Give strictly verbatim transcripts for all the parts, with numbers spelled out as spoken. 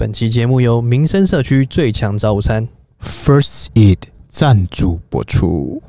本期节目由民生社区最强早午餐 First Eat 赞助播出。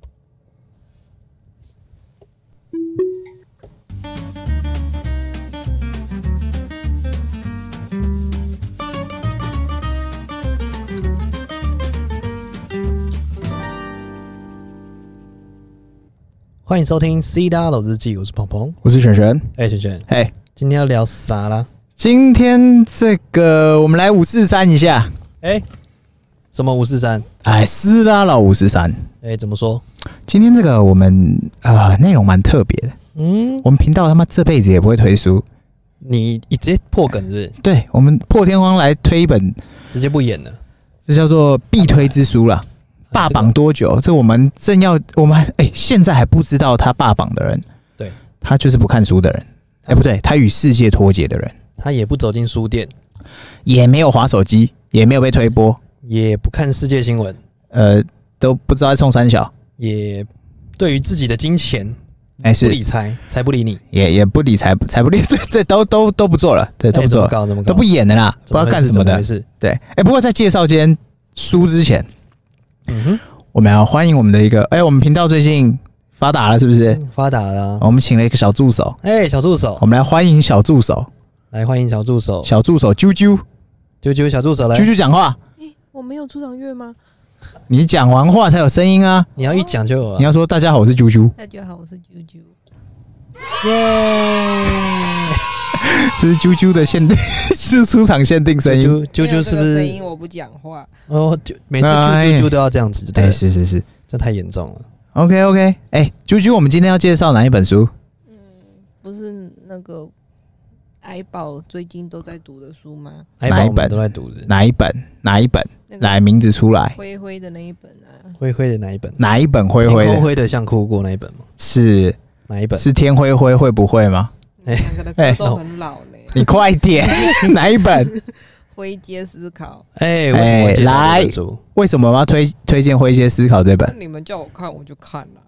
欢迎收听《C 大佬日记》，我是鹏鹏， 我是璇璇。 哎、欸，璇璇， 嘿、hey 今天要聊啥啦？ 今天这个我们来五四三一下。 哎、欸，什么五四三？ 哎，斯拉老五四三。 哎，怎么说？ 今天这个我们啊内容蛮特别的。嗯，我们频道他妈这辈子也不会推书。 你直接破梗是不是？ 对，我们破天荒来推一本， 直接不演了。 这叫做必推之书啦。霸榜多久？这我们正要，我们哎、欸，现在还不知道他霸榜的人， 对，他就是不看书的人。哎、欸，不对，他与世界脱节的人。 他也不走进书店， 也没有滑手机，也没有被推播， 也不看世界新闻， 呃，都不知道在冲三小， 也对于自己的金钱， 哎、欸，是不理财，才不理你， 也也不理财，才不理，这这都都都不做了，对，都不做了， 欸、怎么都不演了啦，不知道干什么的，对，哎、欸，不过在介绍今天书之前，嗯哼，我们要欢迎我们的一个，哎、欸，我们频道最近发达了，是不是？ 嗯、发达了、啊， 我们请了一个小助手， 哎、欸，小助手， 我们来欢迎小助手。 来欢迎小助手， 小助手啾啾， 啾啾小助手来， 啾啾讲话。 欸、我没有出场乐吗？ 你讲完话才有声音啊！ 你要一讲就有啊。 你要说大家好，我是啾啾。 大家好，我是啾啾。 耶！ 这是啾啾的限定，是出场限定声音。 啾啾是不是？ 声音我不讲话。 哦，就每次啾啾都要这样子，对、 欸，是是是， 这太严重了。 OK OK， 哎、欸，啾啾，我们今天要介绍哪一本书？ 嗯，不是那个。矮宝最近都在读的书吗？ 哪一本都在读的？ 哪一本？哪一本？那个、来，名字出来。 灰灰的那一本啊。 灰灰的哪一本？ 哪一本灰灰的？ 天空灰的像哭过那一本吗？ 是哪一本？ 是天灰灰会不会吗？ 哎、欸，两个的歌都很老呢。 你快点，哪一本？ 灰阶思考。 哎、欸，欸、 来，为什么我要推推荐灰阶思考这本？ 你们叫我看，我就看了。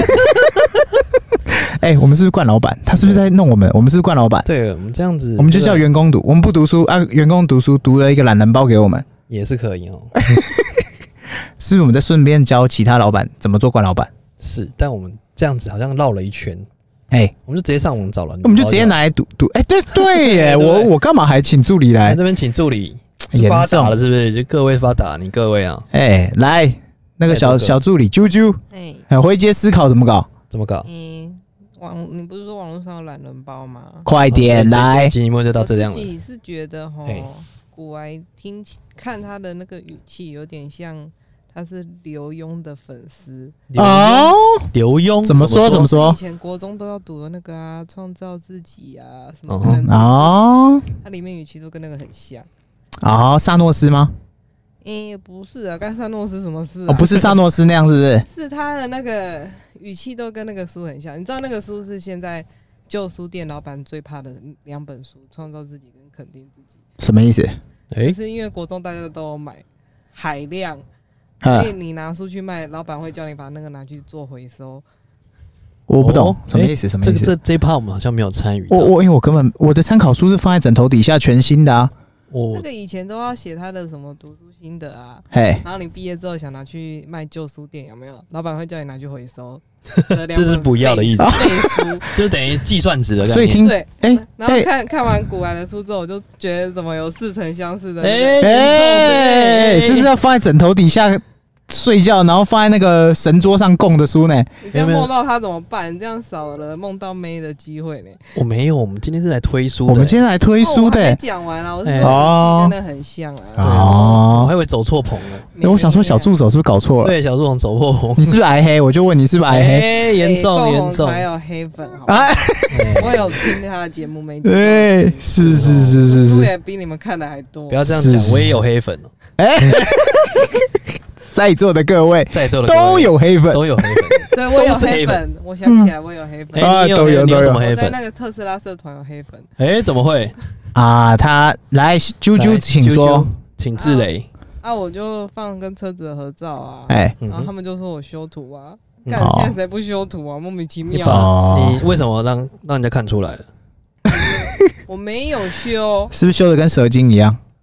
哎、欸，我们是不是惯老板？他是不是在弄我们？我们是不是惯老板？ 对，我们这样子， 我们就叫员工读，我们不读书啊，员工读书，读了一个懒人包给我们， 也是可以哦。 是不是我们在顺便教其他老板怎么做惯老板？ 是，但我们这样子好像绕了一圈。 哎、欸， 我们就直接上网找了， 我们就直接拿来读读。哎、欸，对对耶，我我干嘛还请助理来？ 这边请助理，是发达了是不是？就各位发达，你各位啊。 哎、欸，来那个小小助理啾啾，哎、欸，灰阶思考怎么搞？ 怎么搞？ 嗯。网，你不是说网络上有懒人包吗？ 快点、哦、来！ 节目就到这样了。 我自己是觉得哈，古埃听看他的那个语气，有点像他是刘墉的粉丝哦。 刘墉怎么说？怎么说？ 以前国中都要读的那个啊，创造自己啊，什么哦， 它里面语气都跟那个很像。 哦，萨诺斯吗？ 诶、欸，不是啊，干萨诺斯什么事、啊？ 哦，不是萨诺斯那样，是不是？ 是他的那个语气都跟那个书很像。你知道那个书是现在旧书店老板最怕的两本书，《创造自己》跟《肯定自己》。 什么意思？ 哎、欸，是因为国中大家都有买海量，所以你拿书去卖，老板会叫你把那个拿去做回收。 我不懂、哦、什么意思？什么意思？ 这这这一趴我们好像没有参与。 我我因为我根本我的参考书是放在枕头底下，全新的啊。 那个以前都要写他的什么读书心得啊，然后你毕业之后想拿去卖旧书店，有没有？老板会叫你拿去回收， 这是不要的意思，就是等于计算值的概念。 所以听对，哎、欸，然后看、欸、看完古玩的书之后，我就觉得怎么有似曾相识的、那個。 哎、欸欸，这是要放在枕头底下睡觉，然后放在那个神桌上供的书呢。 你这样梦到他怎么办？这样少了梦到妹的机会呢。 我没有，我们今天是来推书的。 我们今天来推书的、欸。 讲、哦、完了，我是说跟那很像啊。 哦， 我还以为走错棚了。 欸、我想说小助手是不是搞错了？ 对，小助手走错棚。 你是不是挨黑？我就问你是不是挨黑？ 严重严重。 还有黑粉，好吧？我有听他的节目没？ 对，是是是是是， 书也比你们看的还多。 不要这样讲，我也有黑粉哦。 哎。在座的各位， 在座的都有黑粉， 都有黑粉。 对，我有黑粉，我想起来我有黑粉啊，都有。你有什么黑粉？ 我在那个特斯拉社团有黑粉。 哎、欸，怎么会？ 啊，他来啾啾，请说， 请自雷。 啊，我就放跟车子的合照啊， 哎， 然后他们就说我修图啊，干、嗯、现在谁不修图啊？莫名其妙、啊。 哦、 你为什么让让人家看出来了？ 我没有修， 是不是修的跟蛇精一样？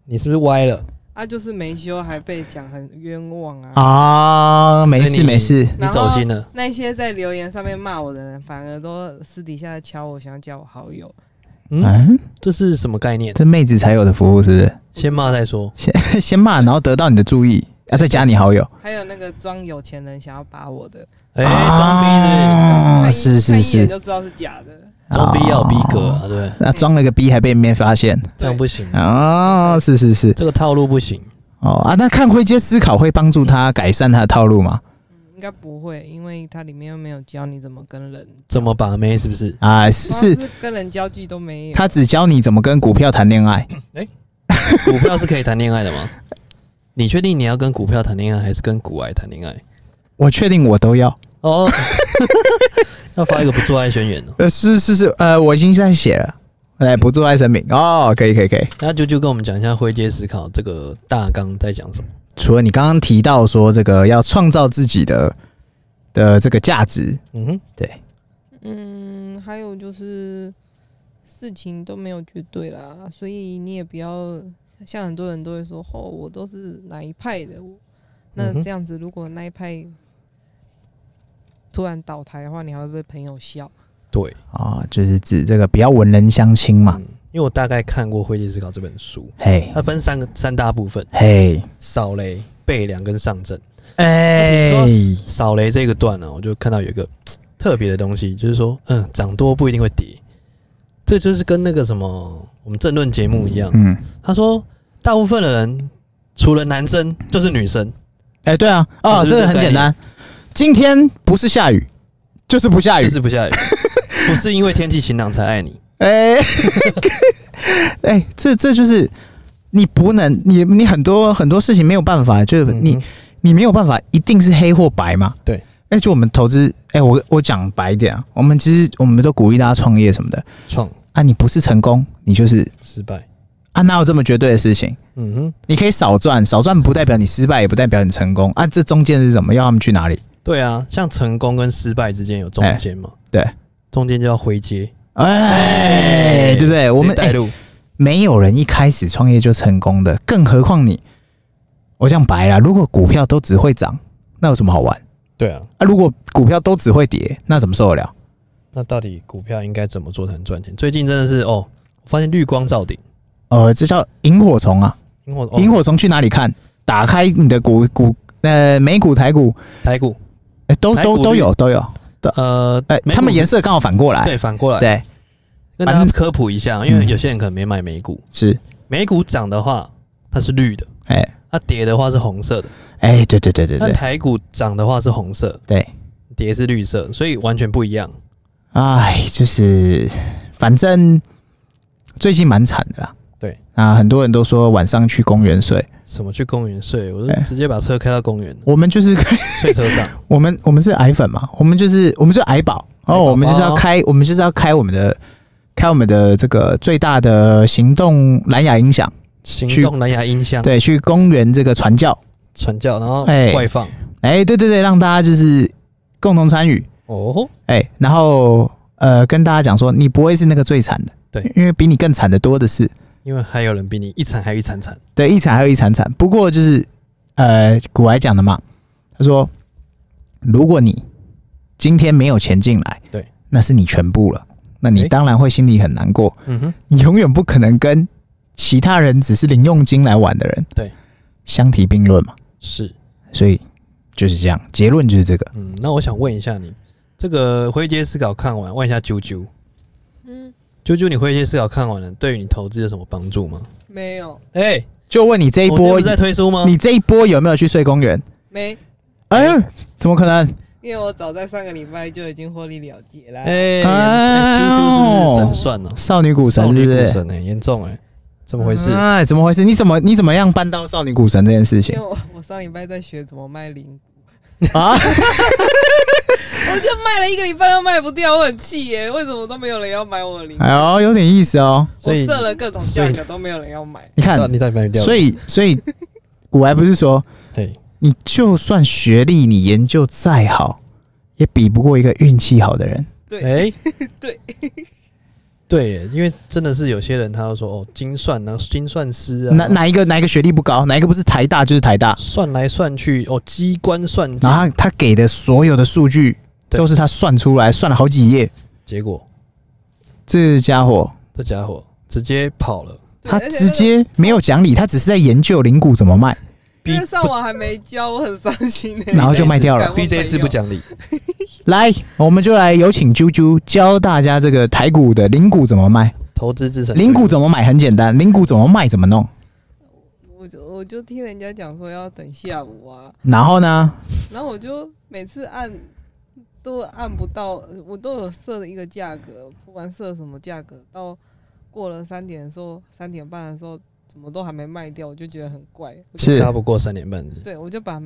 你是不是歪了？ 啊，就是没修，还被讲很冤枉啊！ 啊，没事没事， 你走心了。 那些在留言上面骂我的人，反而都私底下敲我，想要加我好友。 嗯，这是什么概念？ 这妹子才有的服务是不是？ 先骂再说， 先先骂，然后得到你的注意，啊，再加你好友。 还有那个装有钱人想要把我的， 哎、欸，装逼是不是？是是是， 看一眼就知道是假的。 装逼要有逼格啊，对。 那装了个逼还被没发现， 这样不行啊、哦！是是是， 这个套路不行哦啊！那看灰阶思考会帮助他改善他的套路吗？ 嗯，应该不会，因为它里面又没有教你怎么跟人怎么把妹，是不是？ 啊，是是跟人交际都没有。 他只教你怎么跟股票谈恋爱。 哎、欸，股票是可以谈恋爱的吗？你确定你要跟股票谈恋爱，还是跟股癌谈恋爱？ 我确定我都要。哦。 要发一个不做爱宣言哦。 呃，是是是，呃，我已经在写了，哎，不做爱声明哦，可以可以可以。 那就就跟我们讲一下灰阶思考这个大纲在讲什么。 除了你刚刚提到说这个要创造自己的的这个价值，嗯哼，对， 嗯，还有就是事情都没有绝对啦，所以你也不要像很多人都会说，哦，我都是哪一派的，那这样子如果那一派突然倒台的话，你还会被朋友笑。 对啊、哦，就是指这个不要文人相轻嘛、嗯。 因为我大概看过《灰阶思考》这本书， 嘿，它分三个三大部分， 嘿， 扫雷、备良跟上阵。 哎， 说扫雷这个段呢、啊，我就看到有一个特别的东西，就是说，嗯，涨多不一定会跌，这就是跟那个什么我们政论节目一样。嗯，他说大部分的人除了男生就是女生。 哎、欸，对啊，哦，这个很简单。今天不是下雨，就是不下雨， 就是不下雨，不是因为天气晴朗才爱你。 哎、欸，哎、欸，这这就是你不能，你你很多很多事情没有办法，就是你、嗯、你没有办法一定是黑或白嘛。 对， 哎、欸，就我们投资，哎、欸，我我讲白一点啊，我们其实我们都鼓励大家创业什么的， 创啊，你不是成功，你就是失败啊，哪有这么绝对的事情？ 嗯哼， 你可以少赚，少赚不代表你失败，也不代表你成功啊，这中间是什么？要他们去哪里？ 对啊，像成功跟失败之间有中间嘛、欸？ 对， 中间就要灰阶， 哎，对不对？我们带路、欸，没有人一开始创业就成功的，更何况你。我讲白啦，如果股票都只会涨，那有什么好玩？ 对啊， 啊，如果股票都只会跌，那怎么受得了？ 那到底股票应该怎么做才能赚钱？最近真的是哦，我发现绿光照顶， 呃，这叫萤火虫啊！ 萤火萤火虫去哪里看？打开你的股股呃美股、台股、 台股。 欸、都都都有都有，呃，欸、他们颜色刚好反过来， 对，反过来， 对， 跟大家科普一下，因为有些人可能没买美股， 是美股涨的话，它是绿的，哎、欸，它跌的话是红色的， 哎、欸，对对对对对， 那台股涨的话是红色， 对， 跌是绿色，所以完全不一样。 哎，就是反正最近蛮惨的啦。 对啊，很多人都说晚上去公园睡。 什么去公园睡？我就直接把车开到公园。 我们就是睡车上。 我们我们是癌粉嘛，我们就是我们是癌宝，然后我们就是要开，我们就是要开我们的开我们的这个最大的行动蓝牙音响， 行动蓝牙音箱， 对，去公园这个传教， 传教，然后外放。 哎、欸，对对对，让大家就是共同参与。哦，哎、欸，然后呃，跟大家讲说，你不会是那个最惨的， 对， 因为比你更惨的多的是。 因为还有人比你一惨还有一惨惨， 对，一惨还有一惨惨。不过就是呃，古来讲的嘛，他说，如果你今天没有钱进来， 对， 那是你全部了，那你当然会心里很难过。嗯哼，你永远不可能跟其他人只是零用金来玩的人， 对， 相提并论嘛。 是， 所以就是这样，结论就是这个。 嗯，那我想问一下你，这个灰阶思考看完，问一下啾啾，嗯。啾啾，你灰阶思考看完了，对于你投资有什么帮助吗？ 没有。 哎、欸， 就问你这一波， 我不是在推书吗？ 你这一波有没有去睡公园？ 没。 哎、欸，怎么可能？ 因为我早在上个礼拜就已经获利了结了。 哎、欸，啾啾是不是神算呢、啊？ 少女股神是不是， 少女股神哎、欸，严重哎、欸，怎么回事？ 哎，怎么回事？你怎么你怎么样办到少女股神这件事情？ 因为我我上礼拜在学怎么卖零股啊。我就卖了一个礼拜都卖不掉，我很气耶！为什么都没有人要买我的零？ 哎呦，有点意思哦。 我设了各种价格都没有人要买。 你看， 你到底卖掉了？ 所以所以古来不是说，你就算学历你研究再好，也比不过一个运气好的人。 对，哎，对。 对，因为真的是有些人他就说哦，精算然后精算师啊， 哪哪一个哪一个学历不高，哪一个不是台大就是台大， 算来算去哦，机关算尽， 然后他他给的所有的数据都是他算出来，算了好几页， 结果这家伙这家伙直接跑了， 他直接没有讲理，他只是在研究零股怎么卖。 因为上网还没教，我很伤心、欸、 然后就卖掉了。 B J 是不讲理。 来，我们就来有请啾啾教大家这个台股的零股怎么卖。 投资资产零股怎么买很简单，零股怎么卖怎么弄。 我就我就听人家讲说要等下午啊， 然后呢？ 然后我就每次按都按不到，我都有设一个价格，不管设什么价格，到过了三点的时候，三点半的时候。怎么都还没卖掉，我就觉得很怪。 是差不过三点半。 对，我就把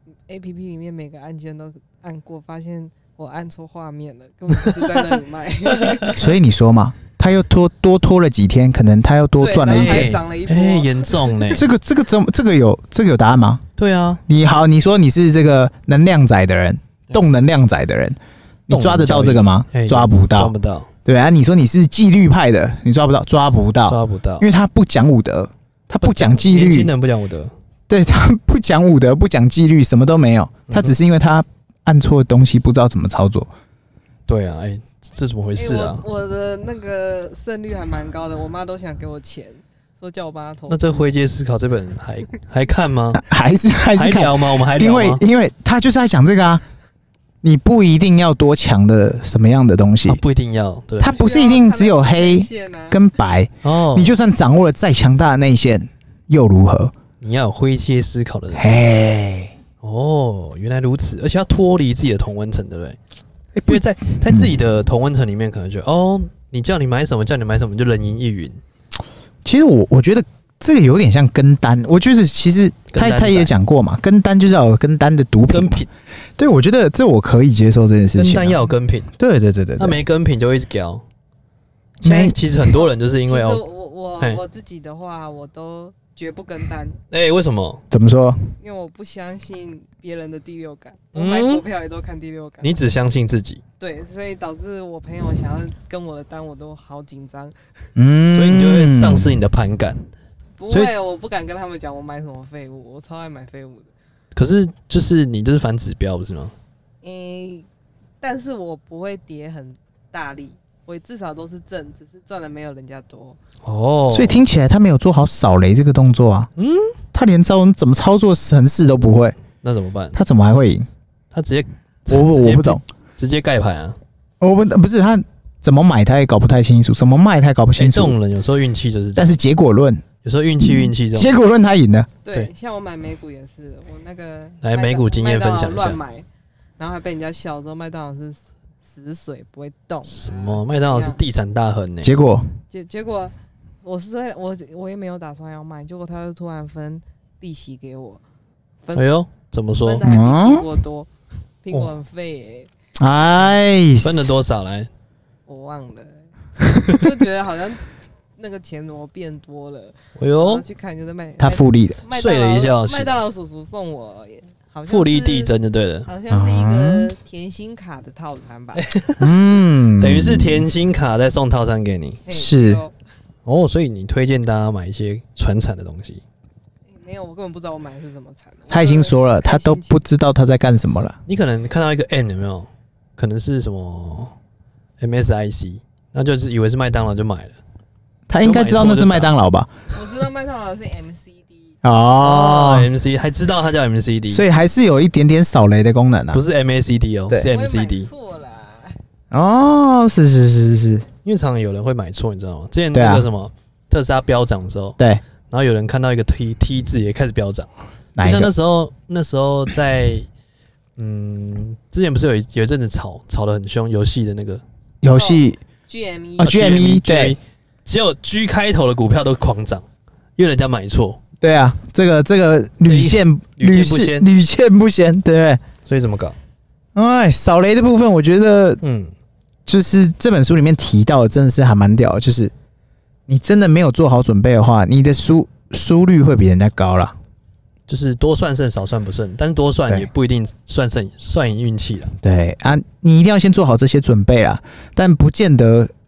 A P P 里面每个按键都按过，发现我按错画面了，根本不是在那里卖。 所以你说嘛，他又拖多拖了几天，可能他又多赚了一点， 涨了一波， 哎，严重呢。 这个这个怎么这个有这个有答案吗？ 对啊， 你好，你说你是这个能量仔的人，动能量仔的人，你抓得到这个吗？抓不到， 抓不到。 对啊，你说你是纪律派的，你抓不到，抓不到， 抓不到， 因为他不讲武德，他不讲纪律， 年轻人不讲武德， 对他不讲武德，不讲纪律，什么都没有，他只是因为他按错东西，不知道怎么操作。 对啊，哎、欸，这怎么回事啊？ 欸、我, 我的那个胜率还蛮高的，我妈都想给我钱，说叫我帮她投。 那这《灰阶思考》这本还还看吗？ 还是还是看还聊吗？我们还聊吗？因为因为他就是在讲这个啊。你不一定要多强的什么样的东西， 啊、不一定要，对， 它不是一定只有黑跟白哦。你就算掌握了再强大的内线，又如何？ 你要有灰阶思考的人。 嘿， 哦，原来如此，而且要脱离自己的同温层，对不对？因为在在自己的同温层里面，可能就、嗯、哦，你叫你买什么，叫你买什么，就人云亦云。 其实我我觉得。这个有点像跟单，我就是其实他他也讲过嘛，跟单就是要有跟单的毒品。 跟品， 对，我觉得这我可以接受这件事情、啊。 跟单要有跟品， 对对对 对, 對。 那没跟品就一直搞。现在其实很多人就是因为哦，我我我自己的话，我都绝不跟单。 哎、欸，为什么？ 怎么说？ 因为我不相信别人的第六感，我买股票也都看第六感。 你只相信自己。 对，所以导致我朋友想要跟我的单，我都好紧张。 嗯， 所以你就会丧失你的盘感。 不会，我不敢跟他们讲我买什么废物，我超爱买废物的。 可是就是你就是反指标不是吗？ 嗯、欸，但是我不会跌很大力，我至少都是正，只是赚的没有人家多。 哦，所以听起来他没有做好扫雷这个动作啊。嗯，他连招怎么操作程式都不会， 那怎么办？ 他怎么还会赢？ 他直接， 我我不懂， 直接盖盘啊！ 我不不是他怎么买他也搞不太清楚，怎么卖他也搞不清楚。 欸、这种人有时候运气就是这样， 但是结果论。 有时候运气运气这种， 结果论他赢了。 对，像我买美股也是，我那个来美股经验分享一下。 乱买，然后还被人家笑说麦当劳是死水不会动。 什么？麦当劳是地产大亨呢、欸？ 结果结结果我是我我也没有打算要卖，结果他就突然分利息给我。 哎呦，怎么说？ 分的还比苹果多，苹果很废哎、欸。 分了多少来？ 我忘了，就觉得好像。那个钱怎么变多了？ 哎呦， 去看就是麦他复利的， 睡了一觉， 麦当劳叔叔送我，好像复利递增就对了， 好像是一个甜心卡的套餐吧。 嗯， 等于是甜心卡再送套餐给你， 是哦，所以你推荐大家买一些传产的东西。 没有，我根本不知道我买的是什么产的。 他已经说了，他都不知道他在干什么了。 你可能看到一个 M 有没有？可能是什么 M S I C， 那就是以为是麦当劳就买了。 他应该知道那是麦当劳吧？ 我知道麦当劳是 M C D 哦 ，M C 还知道它叫 M C D， 所以还是有一点点扫雷的功能啊。 不是 M A C D 哦，是 M C D。 错啦。 哦，是是是是， 因为常常有人会买错，你知道吗？之前那个什么、啊、特斯拉飙涨的时候， 对， 然后有人看到一个 T T 字也开始飙涨，就像那时候那时候在嗯，之前不是有一有一阵子吵吵得很凶，游戏的那个游戏 G M E 啊 G M E 对。 只有 G 开头的股票都狂涨，因为人家买错。 对啊，这个这个屡见屡见不鲜， 屡见不鲜，对不对？ 所以怎么搞？ 哎，扫雷的部分，我觉得， 嗯， 就是这本书里面提到的，真的是还蛮屌的。就是你真的没有做好准备的话，你的输输率会比人家高啦。 就是多算胜，少算不胜，但是多算也不一定算胜，算赢运气啦。 对啊，你一定要先做好这些准备啦，但不见得。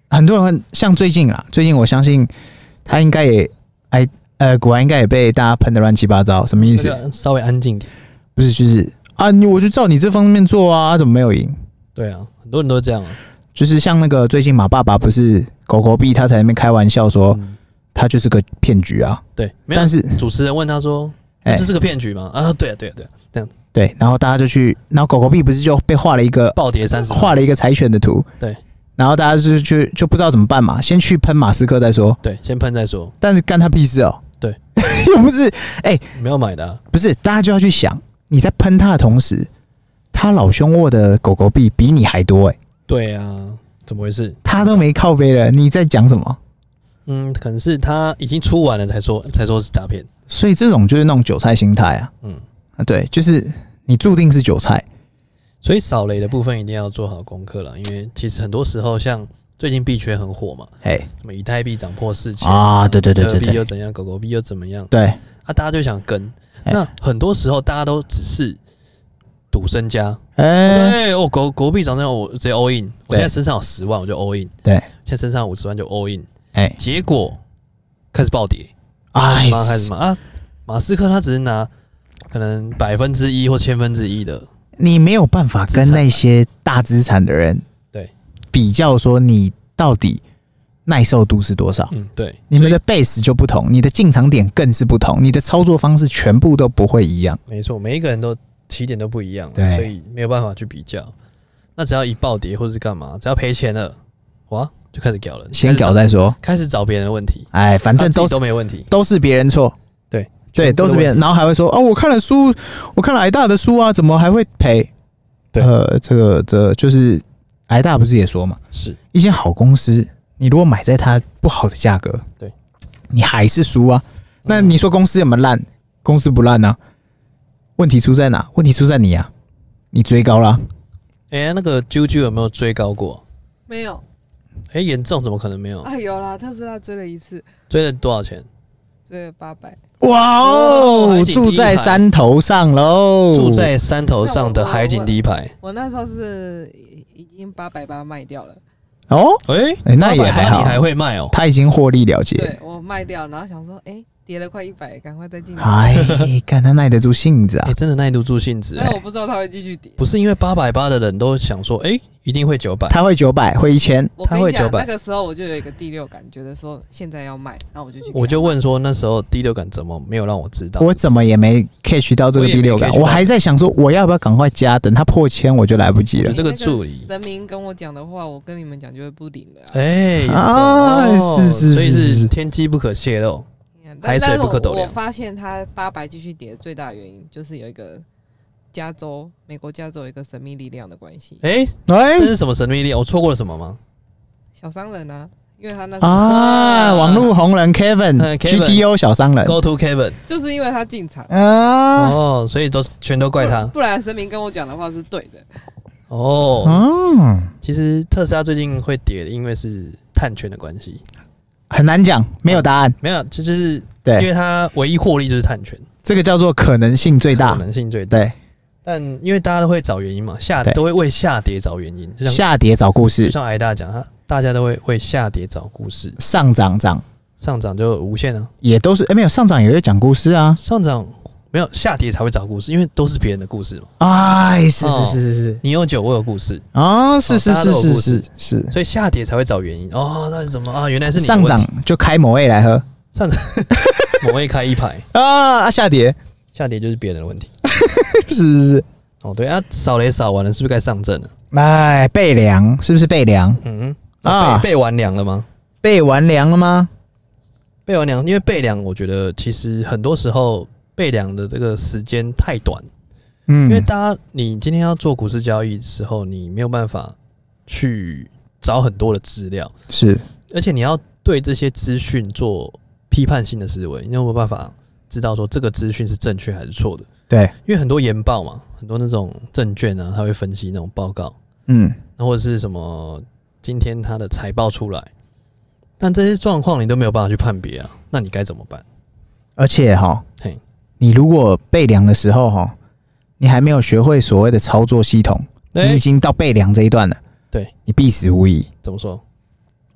很多人像最近啊，最近我相信他应该也哎呃，果然应该也被大家喷得乱七八糟，什么意思？ 稍微安静点， 不是就是啊，你我就照你这方面做啊，怎么没有赢？ 对啊，很多人都这样啊。 就是像那个最近马爸爸不是狗狗币，他在那边开玩笑说。嗯他就是个骗局啊！ 对， 但是主持人问他说：“欸、这是个骗局吗？”啊，对啊，对啊，对啊，这样对，然后大家就去，然后狗狗币不是就被画了一个暴跌三十， 画了一个柴犬的图， 对， 然后大家就就就不知道怎么办嘛，先去喷马斯克再说， 对，先喷再说， 但是干他屁事哦、喔， 对， 又不是哎、欸， 没有买的、啊， 不是，大家就要去想，你在喷他的同时，他老兄握的狗狗币比你还多哎、欸， 对啊，怎么回事？ 他都没靠背了，你在讲什么？ 嗯，可能是他已经出完了才说才说是诈骗， 所以这种就是那种韭菜心态啊。嗯，对，就是你注定是韭菜， 所以扫雷的部分一定要做好功课了，因为其实很多时候像最近币圈很火嘛，哎，什么以太币涨破四千啊，对对对对对， 比特币又怎样，狗狗币又怎么样， 对， 啊，大家就想跟，那很多时候大家都只是赌身家，哎、欸，哦，狗狗币涨这样，我直接 all in， 我现在身上有十万，我就 all in， 对， 现在身上五十万就 all in。 哎、欸， 结果开始暴跌， 哎， 开始嘛啊，马斯克他只是拿可能百分之一或千分之一的， 你没有办法跟那些大资产的人对比较，说你到底耐受度是多少？ 嗯，对， 你们的 base 就不同，你的进场点更是不同，你的操作方式全部都不会一样。 没错，每一个人都起点都不一样，对，所以没有办法去比较。那只要一暴跌或者是干嘛，只要赔钱了，哇！就开始搞了， 先搞再说， 开始找别人的问题。 哎，反正都都没问题， 都是别人错。 对对，都是别人，然后还会说哦，我看了书，我看了挨大的书啊，怎么还会赔？ 对， 呃，这个这就是挨大不是也说嘛， 是一间好公司，你如果买在它不好的价格， 对， 你还是输啊。那你说公司有没有烂？公司不烂啊，问题出在哪？问题出在你啊，你追高啦。 哎、欸，那个啾啾有没有追高过？ 没有。 哎、欸，严重怎么可能没有？ 啊，有啦，特斯拉追了一次， 追了多少钱？ 追了八百。 哇哦，住在山头上喽！ 住在山头上的海景第一排。 我, 我, 我那时候是已经八百八卖掉了。 哦， 哎、欸欸，那也还好， 你还会卖哦？ 他已经获利了结。 对，我卖掉，然后想说，哎、欸，跌了快一百，赶快再进。 哎，看他耐得住性子啊！ 哎、欸，真的耐得住性子、欸。 但我不知道他会继续跌。 不是因为八百八的人都想说，哎、欸，一定会九百， 他会九百，会一千， 他会九百。 那个时候我就有一个第六感，觉得说现在要卖，然后我就去。 我就问说，那时候第六感怎么没有让我知道？ 我怎么也没 catch 到这个第六感，我, 我还在想说，我要不要赶快加？等他破千，我就来不及了。 这个助理神明跟我讲的话，我跟你们讲就会不灵了、啊。 哎、欸， 啊，哦、是是是， 所以是天机不可泄露。海水不可斗量。 我发现它八百继续跌的最大的原因，就是有一个加州，美国加州有一个神秘力量的关系。 哎、欸，这是什么神秘力量？我错过了什么吗？ 小商人啊，因为他那时候啊，网络红人 Kevin，G、嗯、T O 小商人 ，Go to Kevin， 就是因为他进场啊， 哦，所以都全都怪他。 不然神明跟我讲的话是对的。 哦， 嗯， 其实特斯拉最近会跌，因为是碳权的关系。 很难讲，没有答案。 啊、没有，这就是对， 因为它唯一获利就是碳权， 这个叫做可能性最大， 可能性最大。 对， 但因为大家都会找原因嘛，下都会为下跌找原因， 下跌找故事。 就像挨大讲，他大家都会为下跌找故事， 上涨涨， 上涨就无限啊， 也都是哎、欸、没有上涨也会讲故事啊， 上涨没有下跌才会找故事，因为都是别人的故事嘛。 哎，是是是是是， 你有酒，我有故事啊，是是是是是是， 所以下跌才会找原因哦。那是怎么啊？原来是你上涨就开某 A 来喝， 上涨某 A 开一排啊，下跌下跌就是别人的问题， 是是是。 哦，对啊，扫雷扫完了，是不是该上阵了？ 哎，备粮是不是备粮？ 嗯啊，备完粮了吗？ 备完粮了吗？ 备完粮，因为备粮，我觉得其实很多时候。备粮的这个时间太短，嗯，因为大家你今天要做股市交易的时候，你没有办法去找很多的资料， 是， 而且你要对这些资讯做批判性的思维，你有没有办法知道说这个资讯是正确还是错的？ 对， 因为很多研报嘛，很多那种证券啊，他会分析那种报告， 嗯， 或者是什么今天他的财报出来，但这些状况你都没有办法去判别啊，那你该怎么办？ 而且哈， 嘿。 你如果备粮的时候哈，你还没有学会所谓的操作系统，你已经到备粮这一段了， 对， 你必死无疑。 怎么说？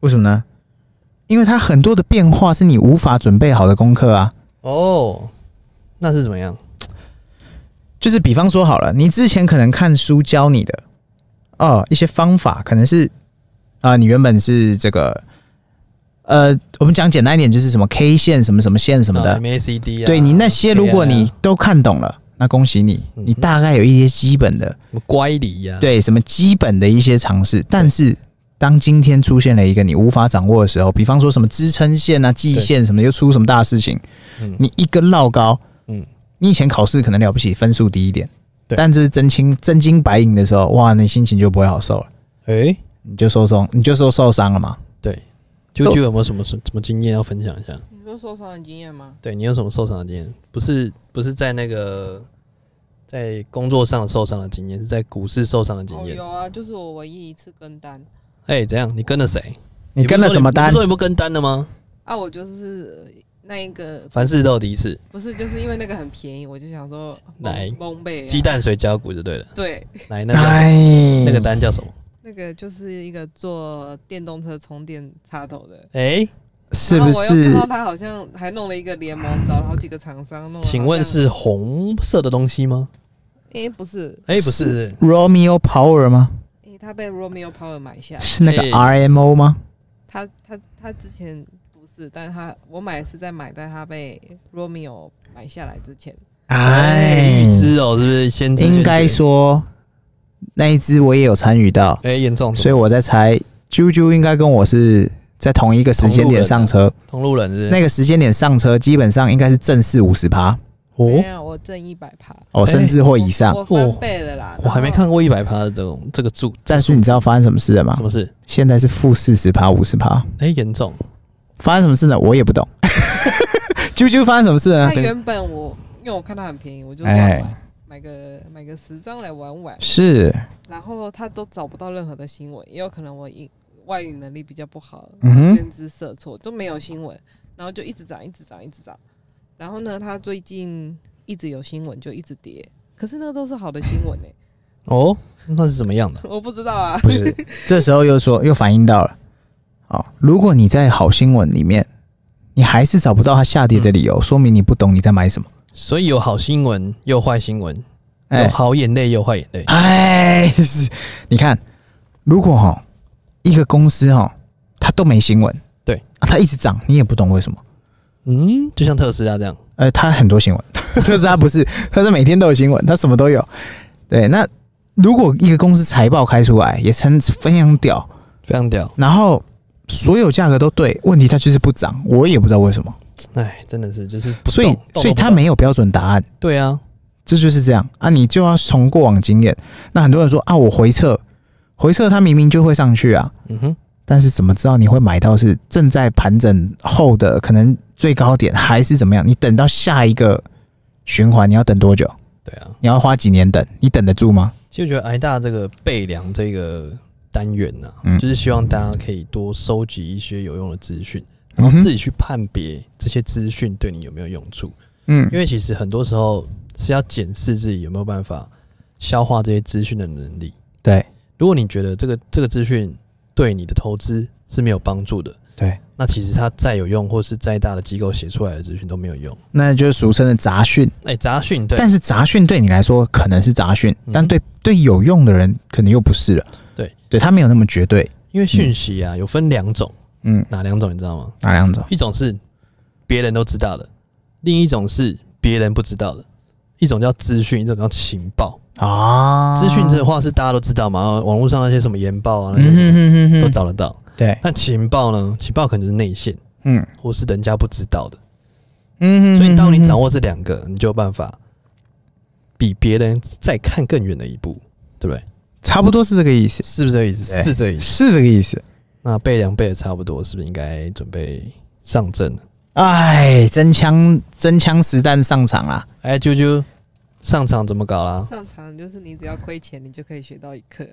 为什么呢？因为它很多的变化是你无法准备好的功课啊。 哦，那是怎么样？ 就是比方说好了，你之前可能看书教你的哦一些方法，可能是啊、呃，你原本是这个呃，我们讲简单一点，就是什么 K 线、什么什么线什么的、 啊、M A C D 啊， 对你那些，如果你都看懂了，那恭喜你，你大概有一些基本的什么乖离呀、啊， 对，什么基本的一些常识，但是。当今天出现了一个你无法掌握的时候，比方说什么支撑线啊、季线什么，又出什么大事情，嗯、你一根绕高，嗯，你以前考试可能了不起，分数低一点，但这是真金真金白银的时候，哇，你心情就不会好受了，哎、欸，你就受伤，你就说受伤了嘛。 对，啾啾有没有什么什么经验要分享一下？ 你说受伤的经验吗？ 对，你有什么受伤的经验？不是不是在那个在工作上受伤的经验，是在股市受伤的经验、 哦。有啊，就是我唯一一次跟单。 哎、欸，怎样？你跟了谁？ 你跟了什么单？ 你不是说你不跟单的吗？ 啊，我就是那一个， 凡事都有第一次。 不是，就是因为那个很便宜，我就想说来蒙贝鸡蛋水饺股就对了。 对， 来那叫什么？那个单叫什么？ 那个就是一个做电动车充电插头的。 哎、欸， 是不是？ 我又看到他好像还弄了一个联盟，找了好几个厂商弄。 请问是红色的东西吗？ 哎、欸，不是。 哎、欸，不是。 Romeo Power 吗？ 他被 Romeo Power 买下， 是那个 R M O 吗？ 他他他之前不是，但是他我买是在买，但他被 Romeo 买下来之前。 哎， 预知哦，是不是先知？ 应该说那一只我也有参与到， 哎、欸，严重， 所以我在猜，啾啾应该跟我是在同一个时间点上车， 同路人是不是？ 那个时间点上车，基本上应该是正四五十趴。 哦，没有，我挣一百趴， 哦，甚至或以上， 我翻倍了啦。 我还没看过一百趴的这种这个注， 但是你知道发生什么事了吗？ 什么事？ 现在是负四十趴、五十趴， 哎，严重。 发生什么事呢？我也不懂。啾啾发生什么事呢？ 那原本我因为我看它很便宜，我就玩玩、欸、买个买个十张来玩玩。 是。 然后他都找不到任何的新闻，也有可能我外语能力比较不好， 嗯认知设错，都没有新闻，然后就一直涨，一直涨，一直涨。然后呢，他最近一直有新闻，就一直跌。可是那个都是好的新闻呢、欸。 哦，那是什么样的？ 我不知道啊。 不是，这时候又说又反映到了，哦，如果你在好新闻里面，你还是找不到它下跌的理由，嗯、说明你不懂你在买什么。 所以有好新闻，又坏新闻，有好眼泪，又坏眼泪。 哎，你看，如果哈、哦、一个公司哈、哦，它都没新闻， 对， 啊、它一直涨，你也不懂为什么。 嗯，就像特斯拉这样， 呃，它很多新闻，特斯拉不是，它是每天都有新闻，它什么都有。对，那如果一个公司财报开出来，也真非常屌， 非常屌， 然后所有价格都对，问题它就是不涨，我也不知道为什么。 哎，真的是就是不动， 所以所以它没有标准答案。 对啊， 这就是这样啊，你就要从过往经验。那很多人说啊，我回测，回测它明明就会上去啊， 嗯哼。 但是怎么知道你会买到是正在盘整后的可能最高点，还是怎么样？你等到下一个循环，你要等多久？ 对啊， 你要花几年等？你等得住吗？ 其实我觉得挨大这个备粮这个单元呢、啊嗯，就是希望大家可以多收集一些有用的资讯，然后自己去判别这些资讯对你有没有用处。嗯，因为其实很多时候是要检视自己有没有办法消化这些资讯的能力。 对， 如果你觉得这个这个资讯对你的投资是没有帮助的， 对， 那其实它再有用，或是再大的机构写出来的资讯都没有用， 那就是俗称的杂讯。 哎、欸，杂讯对， 但是杂讯对你来说可能是杂讯、嗯，但对对有用的人可能又不是了。 对， 对他没有那么绝对， 因为讯息啊、嗯、有分两种，嗯，哪两种你知道吗？ 哪两种？ 一种是别人都知道的，另一种是别人不知道的。一种叫资讯，一种叫情报。 啊， 资讯这话是大家都知道嘛，网络上那些什么研报啊，那些什么都找得到。 对， 但情报呢？情报可能是内线，嗯，或是人家不知道的。 嗯， 所以当你掌握这两个，你就有办法比别人再看更远的一步，对不对？ 差不多是这个意思， 是不是这个意思？是这个意思， 是这个意思。 那备粮备的差不多，是不是应该准备上阵了？ 哎，真枪真枪实弹上场啦！ 哎，啾啾。上场怎么搞啦？ 上场就是你只要亏钱，你就可以学到一课。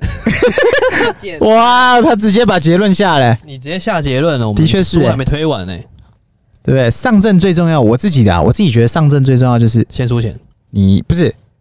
哇，他直接把结论下来， 你直接下结论了。我们的确是， 书还没推完呢、欸， 对不对？上阵最重要，我自己的、啊，我自己觉得上阵最重要就是先输钱。 你不是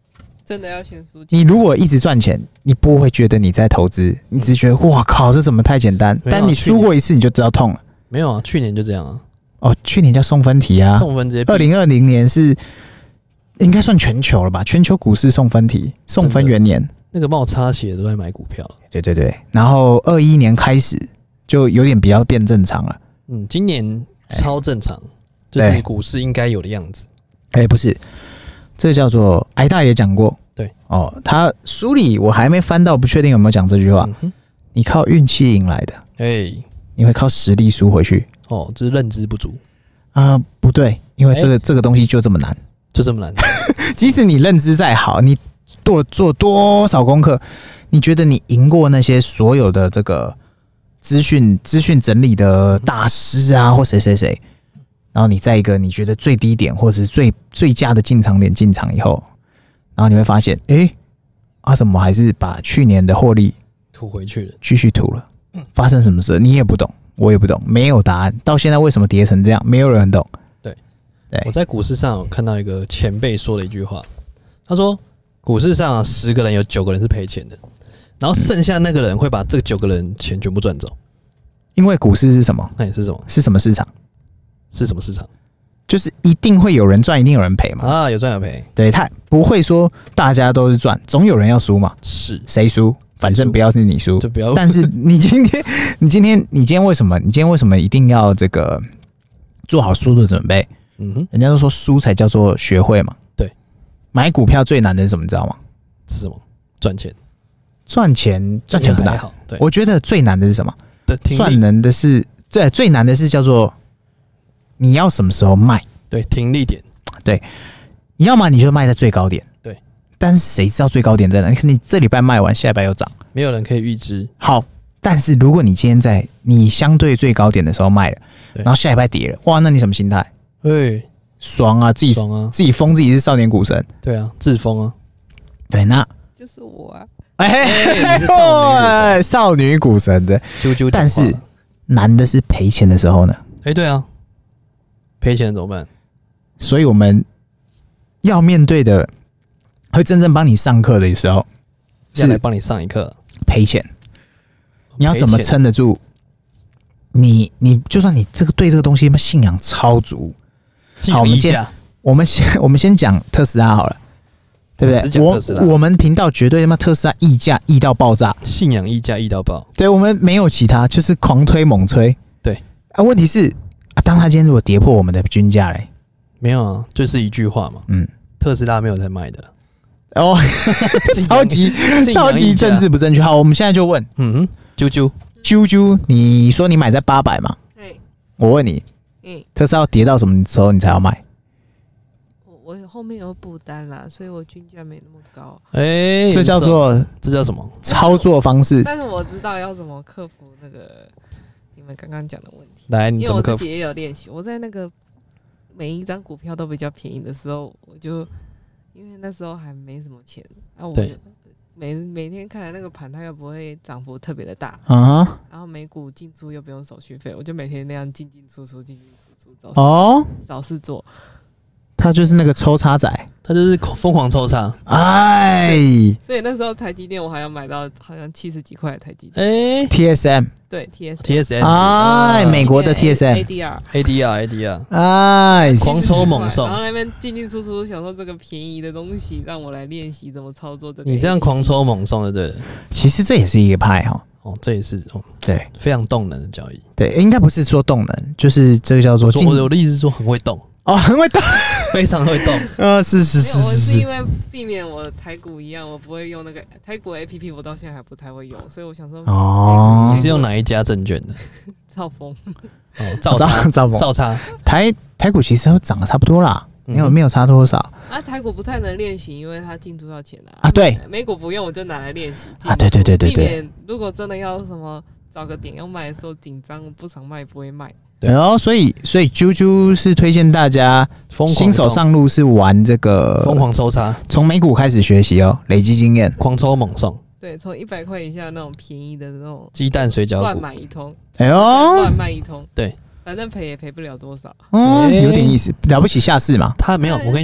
真的要先输钱。 你如果一直赚钱，你不会觉得你在投资，你只是觉得哇靠，这怎么太简单？ 啊、 但你输过一次，你就知道痛了。 没有啊，去年就这样啊。 哦，去年叫送分题啊， 送分直接。 二零二零年是应该算全球了吧？全球股市送分题，送分元年。 那个帮我擦鞋的都在买股票。 对对对，然后二一年开始就有点比较变正常了。 嗯，今年超正常，就是股市应该有的样子。 哎、欸，不是，这叫做挨大也讲过。 对哦，他书里我还没翻到，不确定有没有讲这句话。嗯、你靠运气赢来的，哎、欸，你会靠实力输回去。 哦，这是认知不足啊、呃？不对，因为这个、欸、这个东西就这么难， 就这么难。 即使你认知再好，你做做多少功课，你觉得你赢过那些所有的这个资讯资讯整理的大师啊，或谁谁谁，然后你在一个你觉得最低点或者是最最佳的进场点进场以后，然后你会发现，哎、欸，啊，怎么还是把去年的获利吐回去了， 继续吐了？发生什么事？你也不懂，我也不懂，没有答案。到现在为什么跌成这样，没有人懂。 对，对，我在股市上有看到一个前辈说的一句话，他说，股市上十个人有九个人是赔钱的，然后剩下那个人会把这九个人钱全部赚走。 因为股市是什么？ 哎，是什么？ 是什么市场？ 是什么市场？ 就是一定会有人赚，一定有人赔嘛。 啊，有赚有赔。 对，他不会说大家都是赚，总有人要输嘛。 是， 谁输？反正不要是你输， 就不要。 但是你今天，你今天，你今天为什么？你今天为什么一定要这个做好输的准备？嗯哼，人家都说输才叫做学会嘛。 对， 买股票最难的是什么？你知道吗？ 是什么？赚钱。 赚钱，赚钱不难。 对， 我觉得最难的是什么？ 赚难的是，最最难的是叫做你要什么时候卖？ 对，停利点。 对，你要么你就卖在最高点。 对， 但是谁知道最高点在哪？你这礼拜卖完，下礼拜又涨， 没有人可以预知。 好，但是如果你今天在你相对最高点的时候卖了，然后下礼拜跌了，哇，那你什么心态？ 对， 爽啊，自己爽啊，自己疯自己是少年股神。 对啊，自疯啊。 对，那就是我啊。 哎、 欸，你是少女股神， 少女股神的。 啾啾， 但是难的是赔钱的时候呢？ 哎、欸，对啊，赔钱怎么办？ 所以我们要面对的，会真正帮你上课的时候， 是来帮你上一课赔钱。你要怎么撑得住？你你就算你这个对这个东西信仰超足，好，我们先我们先我们先讲特斯拉好了。对不对？我我们频道绝对他妈特斯拉溢价溢到爆炸， 信仰溢价溢到爆。 对，我们没有其他，就是狂推猛吹。 对啊，问题是啊，当他今天如果跌破我们的均价嘞， 没有啊，就是一句话嘛，嗯，特斯拉没有在卖的了。 哦，超级超级政治不正确。好，我们现在就问， 嗯哼，啾啾啾啾，你说你买在八百嘛？对，我问你，嗯，特斯拉要跌到什么时候你才要卖？ 我后面有补单啦，所以我均价没那么高。 哎、欸， 这叫做这叫什么操作方式？ 但是我知道要怎么克服那个你们刚刚讲的问题。 来，你怎么克服？ 因为我自己也有练习。我在那个每一张股票都比较便宜的时候，我就因为那时候还没什么钱啊，我每每天看的那个盘，它又不会涨幅特别的大啊， uh-huh. 然后美股进出又不用手续费，我就每天那样进进出出，进进出出，找事哦，找事做。 他就是那个抽插仔， 他就是疯狂抽插， 哎， 所以那时候台积电我还要买到好像七十几块的台积电， 哎 ，T S M， 对 T S T S M， 哎，美国的 T S M， A D R A D R A D R， 哎， 狂抽猛送， 然后那边进进出出，想说这个便宜的东西让我来练习怎么操作这个。 你这样狂抽猛送的，对， 其实这也是一个派哈， 哦，这也是哦， 对， 非常动能的交易， 对，应该不是说动能，就是这个叫做我我的意思是说很会动。 哦，很会动， 非常会动。 啊，是是是是， 我是因为避免我台股一样，我不会用那个台股 A P P， 我到现在还不太会用，所以我想说， 哦， 你是用哪一家证券的？ 兆丰。 哦，兆差， 兆丰， 兆差。 台台股其实都涨得差不多啦，没有没有差多少。 啊，台股不太能练习，因为它进出要钱啊。 啊，对， 美股不用，我就拿来练习。 啊，对对对对对。 避免如果真的要什么找个点要卖的时候紧张，不常卖不会卖。 然后，所以，所以啾啾是推荐大家新手上路是玩这个疯狂抽插， 从美股开始学习哦，累积经验， 狂抽猛送。 对，从一百块以下那种便宜的那种鸡蛋水饺股， 乱买一通， 哎呦， 乱卖一通， 对， 反正赔也赔不了多少。 嗯，有点意思，了不起下市嘛。 他没有，我跟你讲，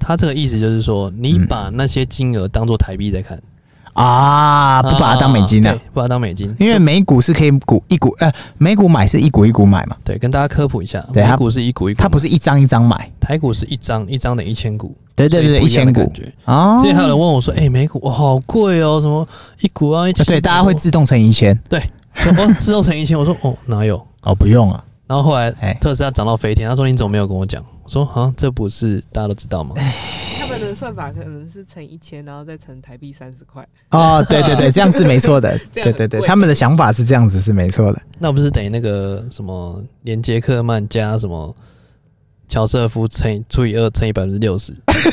他这个意思就是说，你把那些金额当做台币在看。 啊，不把它当美金啊， 对，不把它当美金， 因为美股是可以股一股，呃，美股买是一股一股买嘛。 对，跟大家科普一下， 对， 美股是一股一股， 它不是一张一张买， 台股是一张一张等一千股。 对对对，一千股。 哦，之前还有人问我说：“哎、欸，美股哇好贵哦，什么一股要一千？” 对，大家会自动乘以一千。 对，哦，自动乘以一千。我说：“哦，哪有？ 哦，不用啊。” 然后后来特斯拉涨到飞天，他说：“你怎么没有跟我讲？”我说：“啊，这不是大家都知道吗？” 他们的算法可能是乘一千，然后再乘台币三十块。 哦，对对对，这样是没错的。对对对，他们的想法是这样子，是没错的。 那不是等于那个什么连杰克曼加什么乔瑟夫乘以除以二乘以百分之六十？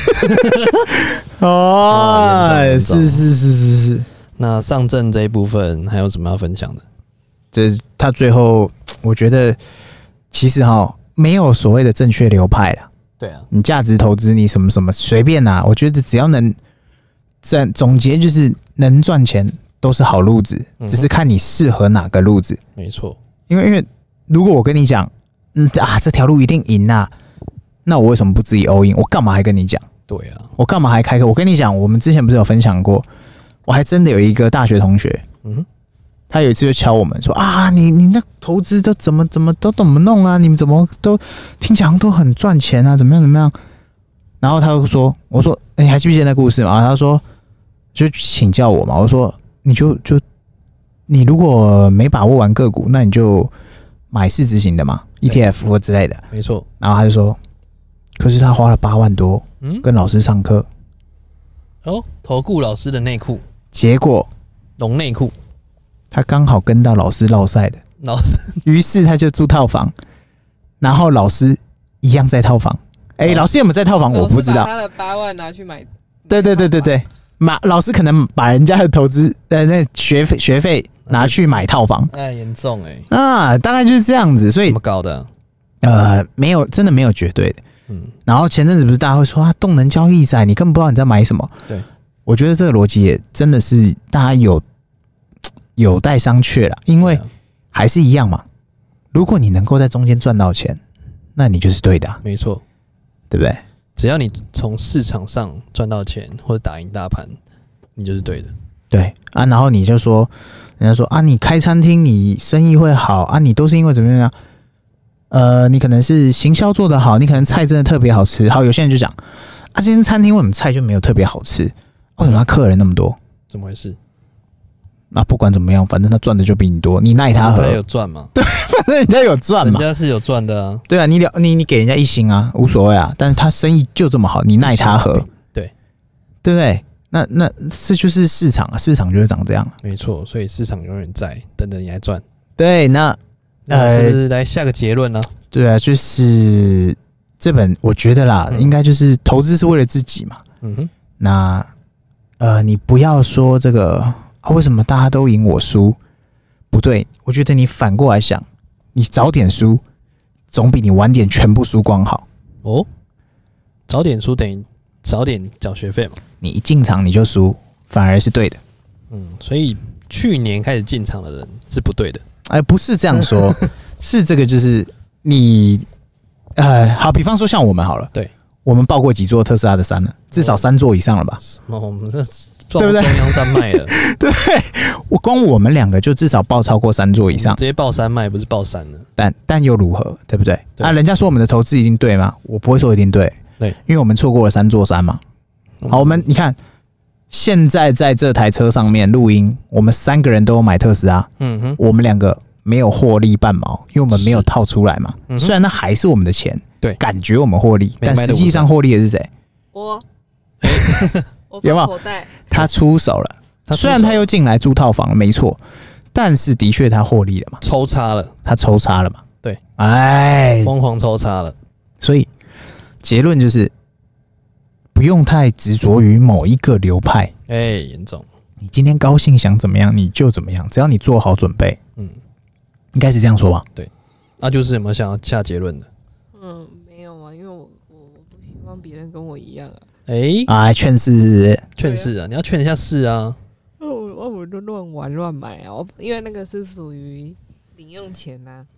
哦，是是是是是。 那上证这一部分还有什么要分享的？ 这他最后，我觉得其实哈没有所谓的正确流派啦。 对啊， 你价值投资，你什么什么随便啦、啊，我觉得只要能总总结就是能赚钱都是好路子，嗯、只是看你适合哪个路子。 没错， 因为因为如果我跟你讲，嗯啊这条路一定赢啊，那我为什么不自己 all in？ 我干嘛还跟你讲？ 对啊， 我干嘛还开课？我跟你讲，我们之前不是有分享过，我还真的有一个大学同学，嗯。他有一次就敲我们说啊，你你那投资都怎么怎么都怎么弄啊？你们怎么都听起来都很赚钱啊？怎么样怎么样？然后他就说，我说，欸、你还记不记得那故事嘛？他说就请教我嘛。我说你就就你如果没把握完个股，那你就买市值型的嘛 ，E T F 或之类的。 没错。 然后他就说，可是他花了八万多，嗯，跟老师上课。 哦，投顾老师的内裤， 结果龙内裤。 他刚好跟到老师落赛的， 老师， 于是他就住套房，然后老师一样在套房。哎、欸，老师有没有在套房？我不知道。 把他的八万拿去买。 对对对对对，马老师可能把人家的投资呃那学费学费拿去买套房。 哎，严重哎、 欸。啊，大概就是这样子，所以怎么搞的？ 呃，没有，真的没有绝对的。嗯。然后前阵子不是大家会说啊，动能交易仔，你根本不知道你在买什么。 对。 我觉得这个逻辑也真的是大家有。有待商榷啦，因为还是一样嘛。如果你能够在中间赚到钱，那你就是对的、啊， 没错， 对不对？ 只要你从市场上赚到钱或者打赢大盘，你就是对的。 对啊，然后你就说，人家说啊，你开餐厅你生意会好啊，你都是因为怎么样？呃，你可能是行销做得好，你可能菜真的特别好吃。好，有些人就讲啊，这间餐厅为什么菜就没有特别好吃？为什么他客人那么多？ 怎么回事？ 那不管怎么样，反正他赚的就比你多，你奈他何？ 他有赚嘛？ 对，反正人家有赚嘛， 人家是有赚的啊。 对啊，你你你给人家一星啊，无所谓啊。但是他生意就这么好，你奈他何？ 对， 对不对？那那这就是市场啊，市场就是长这样。 没错，所以市场永远在，等着你来赚。 对，那那是不是来下个结论呢、啊？ 对啊，就是这本我觉得啦，嗯、应该就是投资是为了自己嘛。嗯哼。那呃，你不要说这个。啊，为什么大家都赢我输？不对，我觉得你反过来想，你早点输，总比你晚点全部输光好。哦， 早点输等于早点缴学费嘛？ 你一进场你就输，反而是对的。 嗯，所以去年开始进场的人是不对的。 哎、欸，不是这样说，是这个就是你，呃，好，比方说像我们好了， 对， 我们报过几座特斯拉的山了，至少三座以上了吧？ 什么？我们这。对不对？中央山脉了， 对，我光我们两个就至少报超过三座以上， 直接报山脉不是报山了， 但但又如何？对不对？对啊，人家说我们的投资一定对吗？我不会说一定对， 对， 因为我们错过了三座山嘛。好，我们你看，现在在这台车上面录音，我们三个人都有买特斯拉，嗯哼，我们两个没有获利半毛，因为我们没有套出来嘛。嗯、虽然那还是我们的钱， 对， 感觉我们获利，但实际上获利的是谁？ 我， 有没有？他出手了。虽然他又进来住套房，没错，但是的确他获利了嘛， 抽差了， 他抽差了嘛， 对， 哎， 疯狂抽差了， 所以结论就是不用太执着于某一个流派， 哎，严重， 你今天高兴想怎么样你就怎么样，只要你做好准备，嗯，应该是这样说吧？ 对，那、啊、就是有没有想要下结论的？ 嗯，没有啊，因为我我不希望别人跟我一样啊， 哎、欸， 啊，劝世， 劝世啊，你要劝一下世啊。 我我都乱玩乱买啊，因为那个是属于零用钱呐、啊。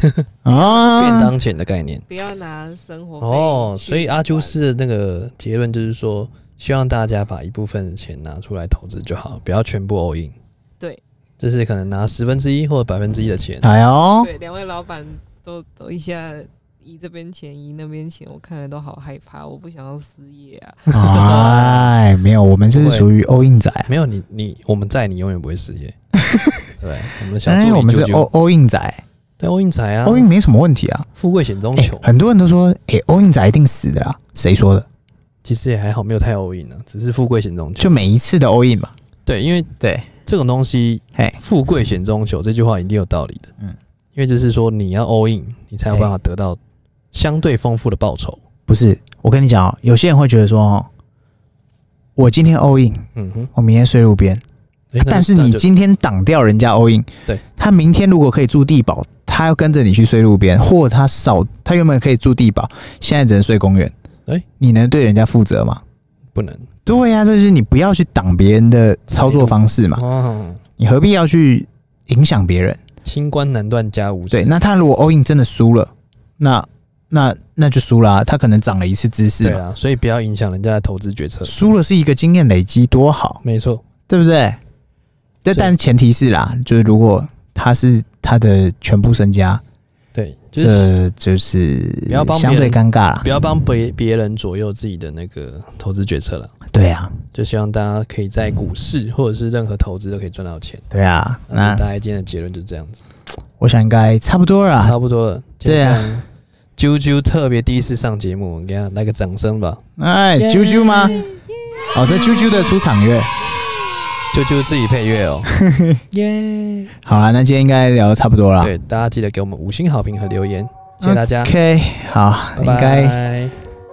啊， 便当钱的概念， 不要拿生活费哦。所以阿啾斯的那个结论就是说，希望大家把一部分的钱拿出来投资就好，不要全部 all in。 对， 就是可能拿十分之一或者百分之一的钱。 哎呦， 对，两位老板都都一下移这边钱，移那边钱，我看了都好害怕，我不想要失业啊！哎，没有，我们是属于 all in 仔， 没有你你我们在，你永远不会失业。对，我们的小助理、 哎，我们是 all all in 仔， 对 all in 仔啊 ，all in 没什么问题啊， 富贵险中求、 欸。很多人都说，哎、欸、，all in 仔一定死的啦，谁说的？ 其实也还好，没有太 all in 啊，只是富贵险中求。 就每一次的 all in 嘛。 对，因为对这种东西，富贵险中求这句话一定有道理的。嗯，因为就是说你要 all in， 你才有办法得到相对丰富的报酬。 不是，我跟你讲哦，有些人会觉得说，哦，我今天 all in， 嗯哼，我明天睡路边。但是你今天挡掉人家 all in， 对， 他明天如果可以住地堡，他要跟着你去睡路边，或者他少，他原本可以住地堡，现在只能睡公园， 欸， 你能对人家负责吗？ 不能。 对呀，啊，这就是你不要去挡别人的操作方式嘛，哦，你何必要去影响别人？ 清官难断家务事。 对，那他如果 all in 真的输了，那那那就输了，啊，他可能长了一次知识嘛。 对啊，所以不要影响人家的投资决策。 输了是一个经验累积，多好， 没错， 对不对？但但前提是啦，就是如果他是他的全部身家， 对，就是这就是不要帮相对尴尬啦， 不要帮别别人左右自己的那个投资决策了。 对啊， 就希望大家可以在股市或者是任何投资都可以赚到钱。 对啊， 那大家今天的结论就是这样子。 我想应该差不多了， 差不多了。 对啊， 啾啾特别第一次上节目，我们给他来个掌声吧。 哎，啾啾吗？哦，这啾啾的出场乐。 啾啾自己配乐哦， 耶！好啦，那今天应该聊得差不多了。 对，大家记得给我们五星好评和留言，谢谢大家。 OK， 好， 拜拜。 应该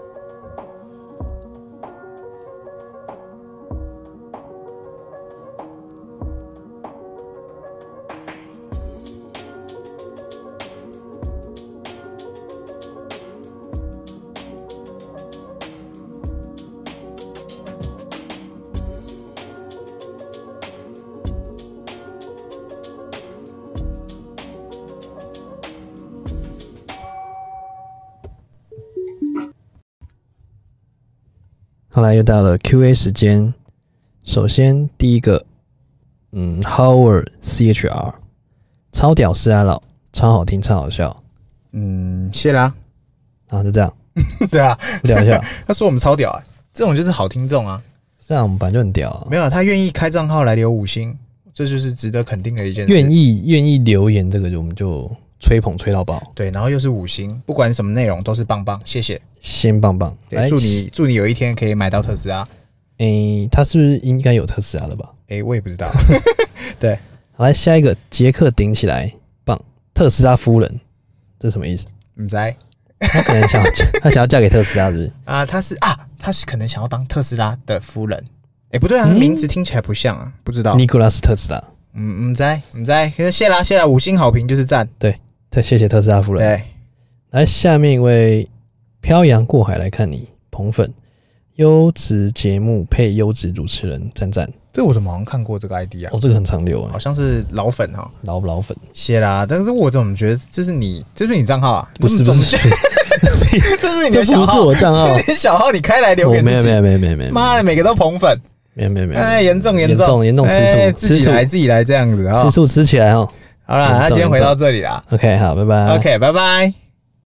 后来又到了 Q A 时间，首先第一个，嗯 ，Howard C H R， 超屌丝啊老，超好听，超好笑。 嗯，谢啦。 啊，就这样。 对啊， 聊一下。 他说我们超屌啊，这种就是好听众啊。 这样我们本来就很屌啊。 没有，他愿意开账号来留五星，这就是值得肯定的一件事。 愿意愿意留言，这个我们就吹捧吹到爆。 对，然后又是五星，不管什么内容都是棒棒，谢谢。 先棒棒， 对，祝你祝你有一天可以买到特斯拉。 诶、欸，他是不是应该有特斯拉的吧？ 诶、欸，我也不知道。对， 好，来下一个，杰克顶起来，棒！特斯拉夫人，这是什么意思？ 不知道。 他可能想要他想要嫁给特斯拉，是不是？ 啊，他是啊，他是可能想要当特斯拉的夫人。诶、欸，不对啊，嗯、名字听起来不像啊，不知道。 尼古拉斯特斯拉。 嗯，唔知唔知，可是谢啦谢啦，五星好评就是赞。 对，对，谢谢特斯拉夫人。 对， 来下面一位。漂洋过海来看你，捧粉，优质节目配优质主持人，赞赞。 这我怎么好像看过这个 I D 啊？ 哦，这个很常留啊， 好像是老粉哈， 老老粉。 谢啦，但是我怎么觉得这是你，这是你账号啊？ 不是不是， 这是你的小号， 这不是我账号， 这是小号，你开来留给自己。 没有没有没有没有没有， 妈的，每个都捧粉， 没有没有没有， 哎，严重严重严重吃醋， 哎、自己来自己来这样子啊， 吃醋吃起来哦。 好啦，那今天回到这里啦。 OK， 好，拜拜。 OK， 拜拜。